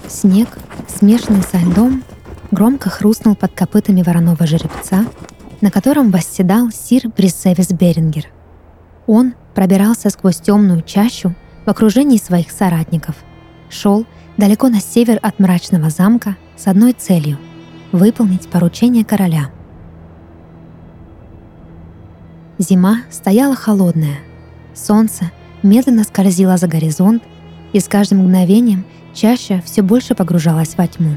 Снег, смешанный со льдом, громко хрустнул под копытами вороного жеребца, на котором восседал сир Брисевис Берингер. Он пробирался сквозь темную чащу в окружении своих соратников, шел далеко на север от мрачного замка с одной целью — выполнить поручение короля. Зима стояла холодная, солнце медленно скользило за горизонт, и с каждым мгновением чаща все больше погружалась во тьму.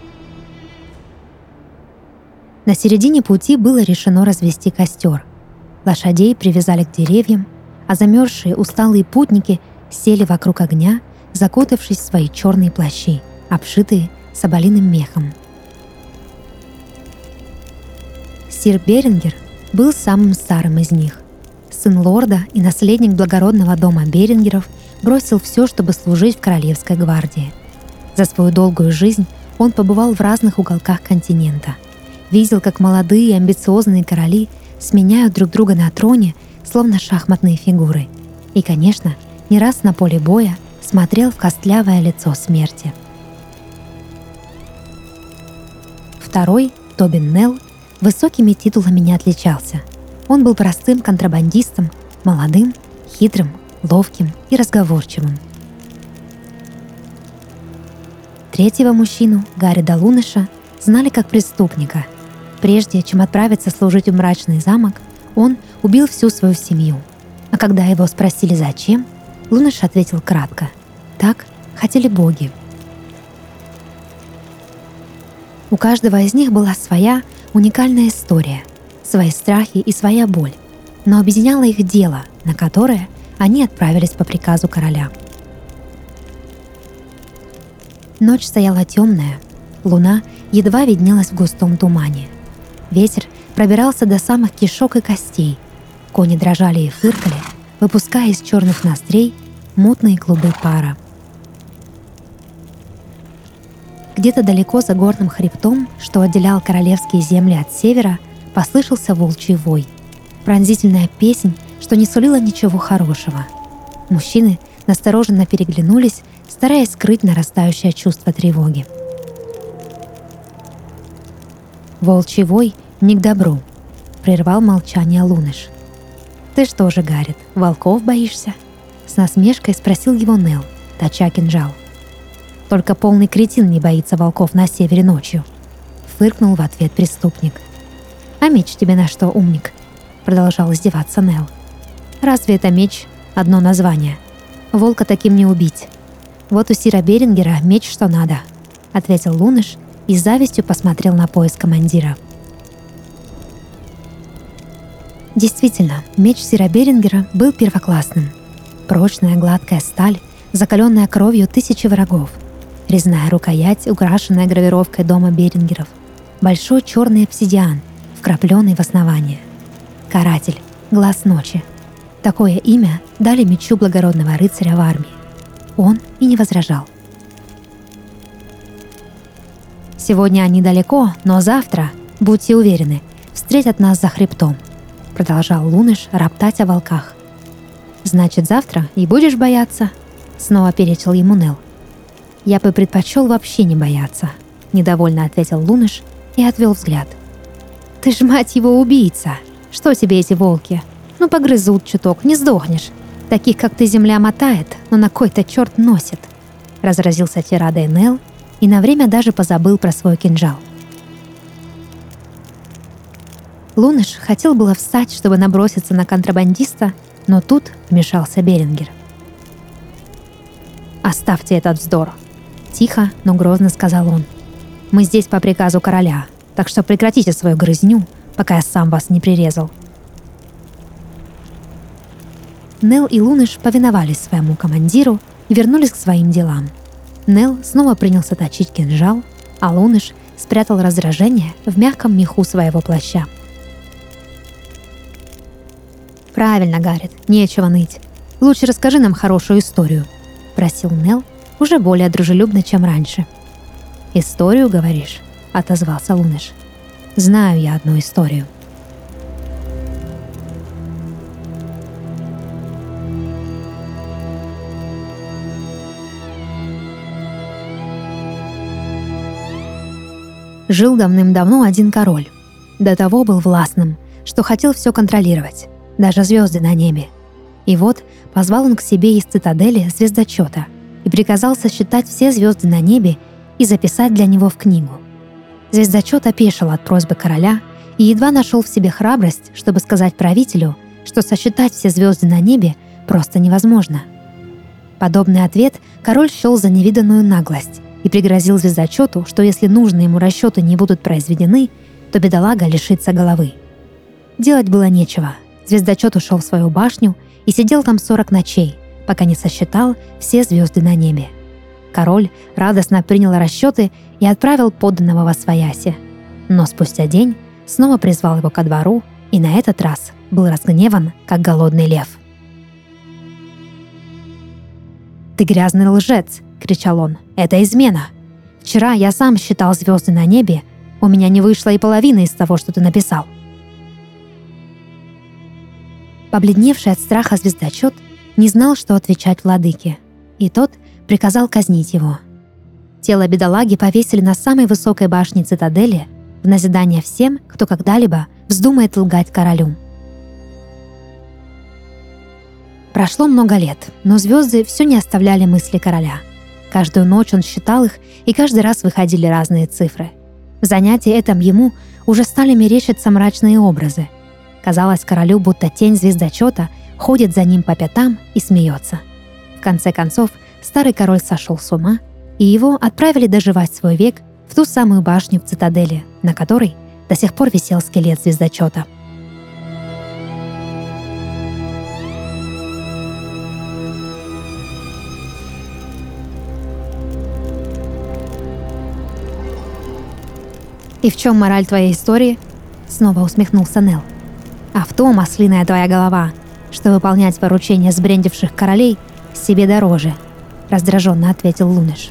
На середине пути было решено развести костер. Лошадей привязали к деревьям, а замерзшие усталые путники сели вокруг огня, закутавшись в свои черные плащи, обшитые соболиным мехом. Сир Берингер был самым старым из них. Сын лорда и наследник благородного дома Берингеров бросил все, чтобы служить в Королевской гвардии. За свою долгую жизнь он побывал в разных уголках континента. Видел, как молодые и амбициозные короли сменяют друг друга на троне, словно шахматные фигуры. И, конечно, не раз на поле боя смотрел в костлявое лицо смерти. Второй, Тобин Нелл, высокими титулами не отличался. Он был простым контрабандистом, молодым, хитрым, ловким и разговорчивым. Третьего мужчину, Гаррида Луныша, знали как преступника. Прежде чем отправиться служить в мрачный замок, он убил всю свою семью. А когда его спросили зачем, Луныш ответил кратко: «Так хотели боги». У каждого из них была своя уникальная история, свои страхи и своя боль, но объединяло их дело, на которое они отправились по приказу короля. Ночь стояла темная, луна едва виднелась в густом тумане. Ветер пробирался до самых кишок и костей. Кони дрожали и фыркали, выпуская из черных ноздрей мутные клубы пара. Где-то далеко за горным хребтом, что отделял королевские земли от севера, послышался волчий вой. Пронзительная песнь, что не сулила ничего хорошего. Мужчины настороженно переглянулись, стараясь скрыть нарастающее чувство тревоги. «Волчий вой не к добру», — прервал молчание Луныш. «Ты что же, Гаррит, волков боишься?» — с насмешкой спросил его Нелл, точа кинжал. «Только полный кретин не боится волков на севере ночью», — фыркнул в ответ преступник. «А меч тебе на что, умник?» — продолжал издеваться Нелл. «Разве это меч — одно название? Волка таким не убить. Вот у сира Берингера меч что надо», — ответил Луныш и с завистью посмотрел на пояс командира. Действительно, меч сира Берингера был первоклассным. Прочная гладкая сталь, закаленная кровью тысячи врагов, резная рукоять, украшенная гравировкой дома Берингеров, большой черный обсидиан, вкрапленный в основание. Каратель, глаз ночи. Такое имя дали мечу благородного рыцаря в армии. Он и не возражал. «Сегодня они далеко, но завтра, будьте уверены, встретят нас за хребтом», — продолжал Луныш роптать о волках. «Значит, завтра и будешь бояться?» — снова перечил ему Нелл. «Я бы предпочел вообще не бояться», — недовольно ответил Луныш и отвел взгляд. «Ты ж, мать его, убийца! Что тебе эти волки? Ну погрызут чуток, не сдохнешь. Таких, как ты, земля мотает, но на кой-то черт носит!» Разразился тирадой Нелл и на время даже позабыл про свой кинжал. Луныш хотел было встать, чтобы наброситься на контрабандиста, но тут вмешался Берингер. «Оставьте этот вздор!» — тихо, но грозно сказал он. «Мы здесь по приказу короля, так что прекратите свою грызню, пока я сам вас не прирезал». Нелл и Луныш повиновались своему командиру и вернулись к своим делам. Нелл снова принялся точить кинжал, а Луныш спрятал раздражение в мягком меху своего плаща. «Правильно, Гаррит, нечего ныть. Лучше расскажи нам хорошую историю», — просил Нелл, уже более дружелюбно, чем раньше. «Историю, говоришь?» — отозвался Луныш. «Знаю я одну историю». Жил давным-давно один король. До того был властным, что хотел все контролировать, даже звезды на небе. И вот позвал он к себе из цитадели звездочета и приказал сосчитать все звезды на небе и записать для него в книгу. Звездочет опешил от просьбы короля и едва нашел в себе храбрость, чтобы сказать правителю, что сосчитать все звезды на небе просто невозможно. Подобный ответ король счел за невиданную наглость и пригрозил звездочету, что если нужные ему расчеты не будут произведены, то бедолага лишится головы. Делать было нечего. Звездочет ушел в свою башню и сидел там 40 ночей, пока не сосчитал все звезды на небе. Король радостно принял расчеты и отправил подданного восвояси. Но спустя день снова призвал его ко двору и на этот раз был разгневан, как голодный лев. «Ты грязный лжец!» — кричал он. «Это измена! Вчера я сам считал звезды на небе, у меня не вышло и половины из того, что ты написал». Побледневший от страха звездочет не знал, что отвечать владыке, и тот приказал казнить его. Тело бедолаги повесили на самой высокой башне цитадели в назидание всем, кто когда-либо вздумает лгать королю. Прошло много лет, но звезды все не оставляли мысли короля. Каждую ночь он считал их, и каждый раз выходили разные цифры. В занятии этом ему уже стали мерещиться мрачные образы. Казалось королю, будто тень звездочета ходит за ним по пятам и смеется. В конце концов, старый король сошел с ума, и его отправили доживать свой век в ту самую башню в цитадели, на которой до сих пор висел скелет звездочета. «И в чем мораль твоей истории?» — снова усмехнулся Нел. «А в том, ослиная твоя голова, что выполнять поручения сбрендивших королей себе дороже», — раздраженно ответил Лунеш.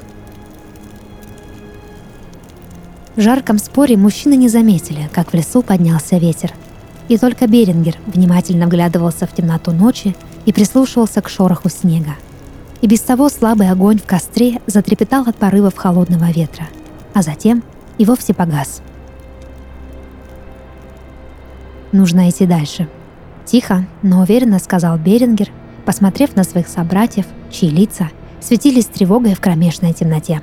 В жарком споре мужчины не заметили, как в лесу поднялся ветер. И только Берингер внимательно вглядывался в темноту ночи и прислушивался к шороху снега. И без того слабый огонь в костре затрепетал от порывов холодного ветра, а затем и вовсе погас. «Нужно идти дальше», — тихо, но уверенно сказал Берингер, посмотрев на своих собратьев, чьи лица светились тревогой в кромешной темноте.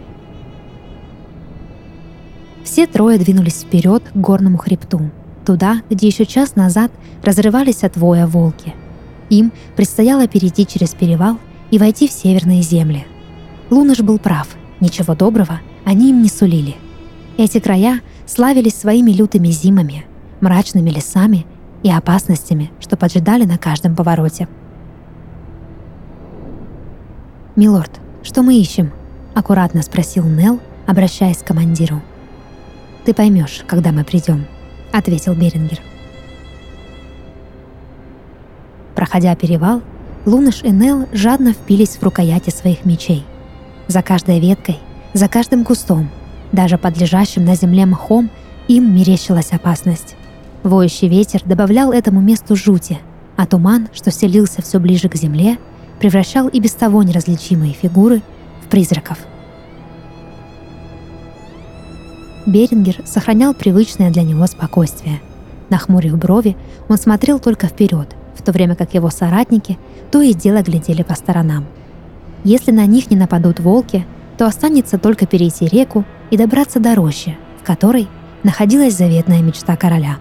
Все трое двинулись вперед к горному хребту, туда, где еще час назад разрывались от воя волки. Им предстояло перейти через перевал и войти в северные земли. Лунеш был прав, ничего доброго они им не сулили. Эти края славились своими лютыми зимами, мрачными лесами и опасностями, что поджидали на каждом повороте. «Милорд, что мы ищем?» — аккуратно спросил Нел, обращаясь к командиру. «Ты поймешь, когда мы придем», — ответил Берингер. Проходя перевал, Лунеш и Нел жадно впились в рукояти своих мечей. За каждой веткой, за каждым кустом, даже под лежащим на земле мхом им мерещилась опасность. Воющий ветер добавлял этому месту жути, а туман, что селился все ближе к земле, превращал и без того неразличимые фигуры в призраков. Берингер сохранял привычное для него спокойствие. Нахмурив брови, он смотрел только вперед, в то время как его соратники то и дело глядели по сторонам. Если на них не нападут волки, то останется только перейти реку и добраться до рощи, в которой находилась заветная мечта короля.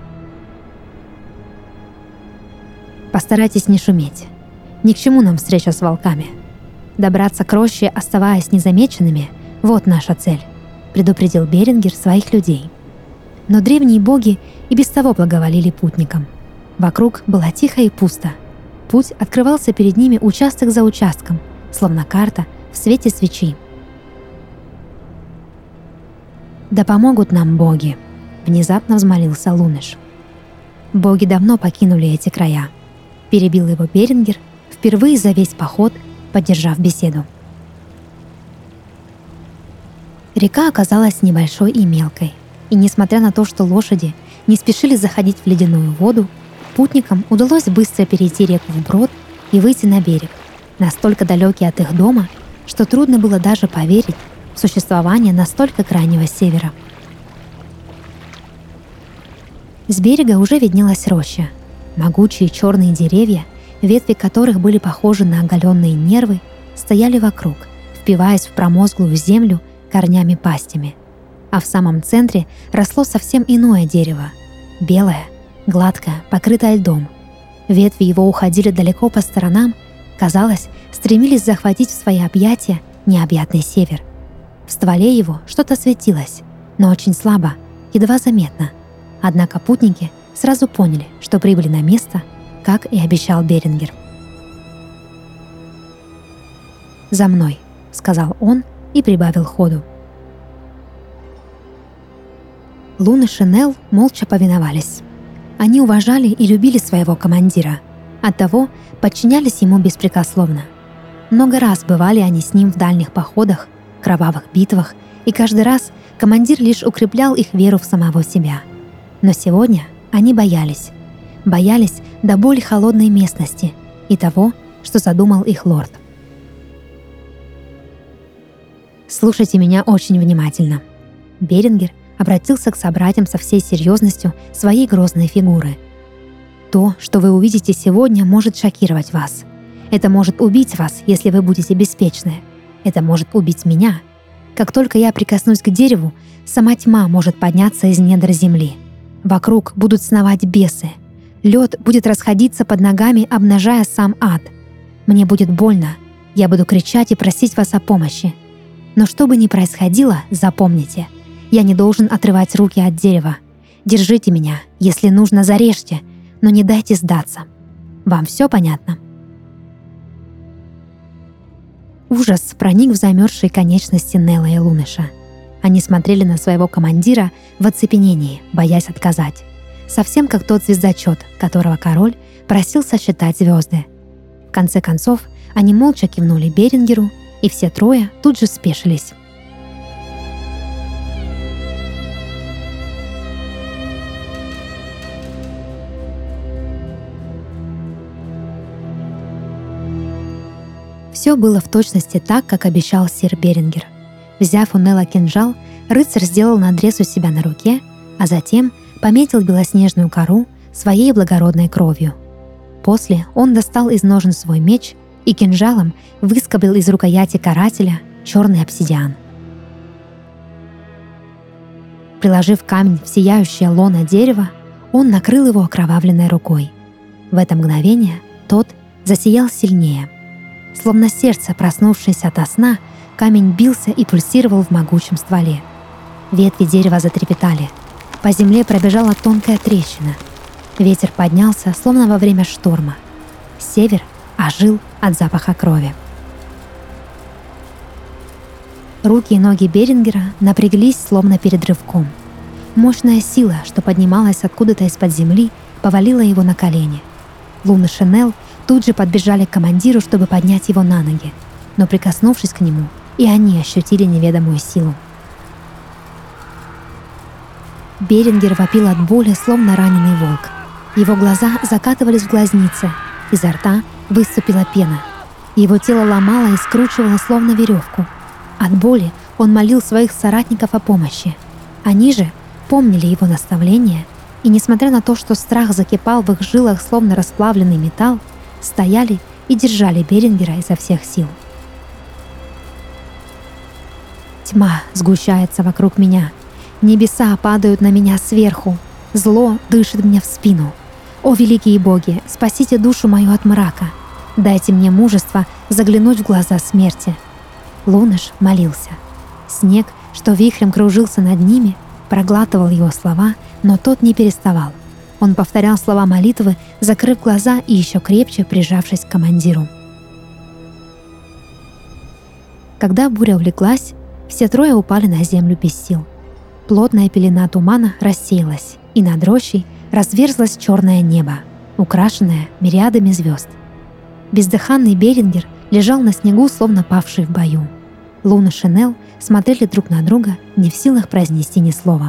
«Постарайтесь не шуметь. Ни к чему нам встреча с волками. Добраться к роще, оставаясь незамеченными, вот наша цель», — предупредил Берингер своих людей. Но древние боги и без того благоволили путникам. Вокруг было тихо и пусто. Путь открывался перед ними участок за участком, словно карта в свете свечи. «Да помогут нам боги», — внезапно взмолился Лунеш. «Боги давно покинули эти края», — перебил его Берингер, впервые за весь поход поддержав беседу. Река оказалась небольшой и мелкой, и несмотря на то, что лошади не спешили заходить в ледяную воду, путникам удалось быстро перейти реку вброд и выйти на берег, настолько далекий от их дома, что трудно было даже поверить в существование настолько крайнего севера. С берега уже виднелась роща. Могучие черные деревья, ветви которых были похожи на оголенные нервы, стояли вокруг, впиваясь в промозглую землю корнями-пастями. А в самом центре росло совсем иное дерево. Белое, гладкое, покрытое льдом. Ветви его уходили далеко по сторонам, казалось, стремились захватить в свои объятия необъятный север. В стволе его что-то светилось, но очень слабо, едва заметно. Однако путники сразу поняли, что прибыли на место, как и обещал Берингер. «За мной», — сказал он и прибавил ходу. Лунеш и Нел молча повиновались. Они уважали и любили своего командира, оттого подчинялись ему беспрекословно. Много раз бывали они с ним в дальних походах, кровавых битвах, и каждый раз командир лишь укреплял их веру в самого себя. Но сегодня они боялись до боли холодной местности и того, что задумал их лорд. «Слушайте меня очень внимательно». Берингер обратился к собратьям со всей серьезностью своей грозной фигуры. «То, что вы увидите сегодня, может шокировать вас. Это может убить вас, если вы будете беспечны. Это может убить меня. Как только я прикоснусь к дереву, сама тьма может подняться из недр земли. Вокруг будут сновать бесы. Лед будет расходиться под ногами, обнажая сам ад. Мне будет больно. Я буду кричать и просить вас о помощи. Но что бы ни происходило, запомните, я не должен отрывать руки от дерева. Держите меня, если нужно, зарежьте, но не дайте сдаться. Вам все понятно?» Ужас проник в замерзшие конечности Нела и Лунеша. Они смотрели на своего командира в оцепенении, боясь отказать. Совсем как тот звездочет, которого король просил сосчитать звезды. В конце концов, они молча кивнули Берингеру, и все трое тут же спешились. Все было в точности так, как обещал сир Берингер. Взяв у Нела кинжал, рыцарь сделал надрез у себя на руке, а затем пометил белоснежную кору своей благородной кровью. После он достал из ножен свой меч и кинжалом выскоблил из рукояти карателя черный обсидиан. Приложив камень в сияющее лоно дерева, он накрыл его окровавленной рукой. В это мгновение тот засиял сильнее. Словно сердце, проснувшееся ото сна, камень бился и пульсировал в могучем стволе. Ветви дерева затрепетали. По земле пробежала тонкая трещина. Ветер поднялся, словно во время шторма. Север ожил от запаха крови. Руки и ноги Берингера напряглись, словно перед рывком. Мощная сила, что поднималась откуда-то из-под земли, повалила его на колени. Лунеш и Нел тут же подбежали к командиру, чтобы поднять его на ноги, но прикоснувшись к нему, и они ощутили неведомую силу. Берингер вопил от боли, словно раненый волк. Его глаза закатывались в глазницы, изо рта выступила пена. Его тело ломало и скручивало, словно веревку. От боли он молил своих соратников о помощи. Они же помнили его наставления, и, несмотря на то, что страх закипал в их жилах, словно расплавленный металл, стояли и держали Берингера изо всех сил. Тьма сгущается вокруг меня. Небеса падают на меня сверху. Зло дышит мне в спину. О, великие боги, спасите душу мою от мрака. Дайте мне мужество заглянуть в глаза смерти. Лунеш молился. Снег, что вихрем кружился над ними, проглатывал его слова, но тот не переставал. Он повторял слова молитвы, закрыв глаза и еще крепче прижавшись к командиру. Когда буря улеглась, все трое упали на землю без сил. Плотная пелена тумана рассеялась, и над рощей разверзлось черное небо, украшенное мириадами звезд. Бездыханный Берингер лежал на снегу, словно павший в бою. Лунеш и Нел смотрели друг на друга, не в силах произнести ни слова.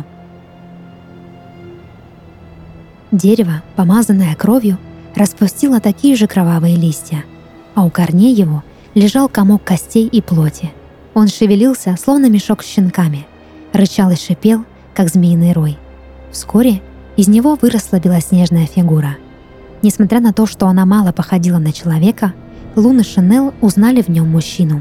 Дерево, помазанное кровью, распустило такие же кровавые листья, а у корней его лежал комок костей и плоти. Он шевелился, словно мешок с щенками, рычал и шипел, как змеиный рой. Вскоре Из него выросла белоснежная фигура. Несмотря на то, что она мало походила на человека, Лун и Шинель узнали в нем мужчину.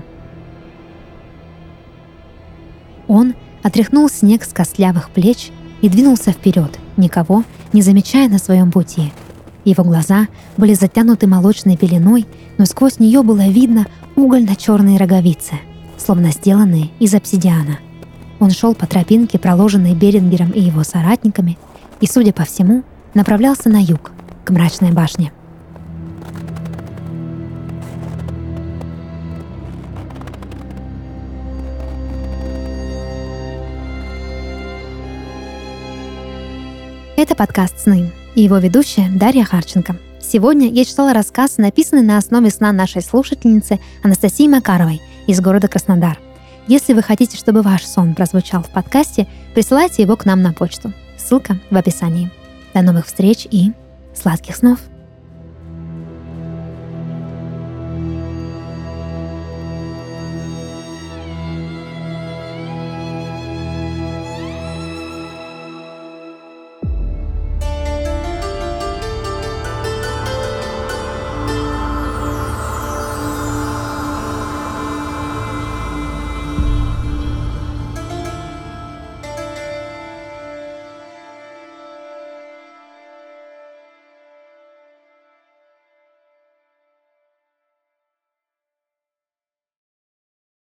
Он отряхнул снег с костлявых плеч и двинулся вперед, никого не замечая на своем пути. Его глаза были затянуты молочной пеленой, но сквозь нее было видно угольно-черные роговицы, словно сделанные из обсидиана. Он шел по тропинке, проложенной Берингером и его соратниками, и, судя по всему, направлялся на юг, к мрачной башне. Это подкаст «Сны» и его ведущая Дарья Харченко. Сегодня я читала рассказ, написанный на основе сна нашей слушательницы Анастасии Макаровой из города Краснодар. Если вы хотите, чтобы ваш сон прозвучал в подкасте, присылайте его к нам на почту. Ссылка в описании. До новых встреч и сладких снов!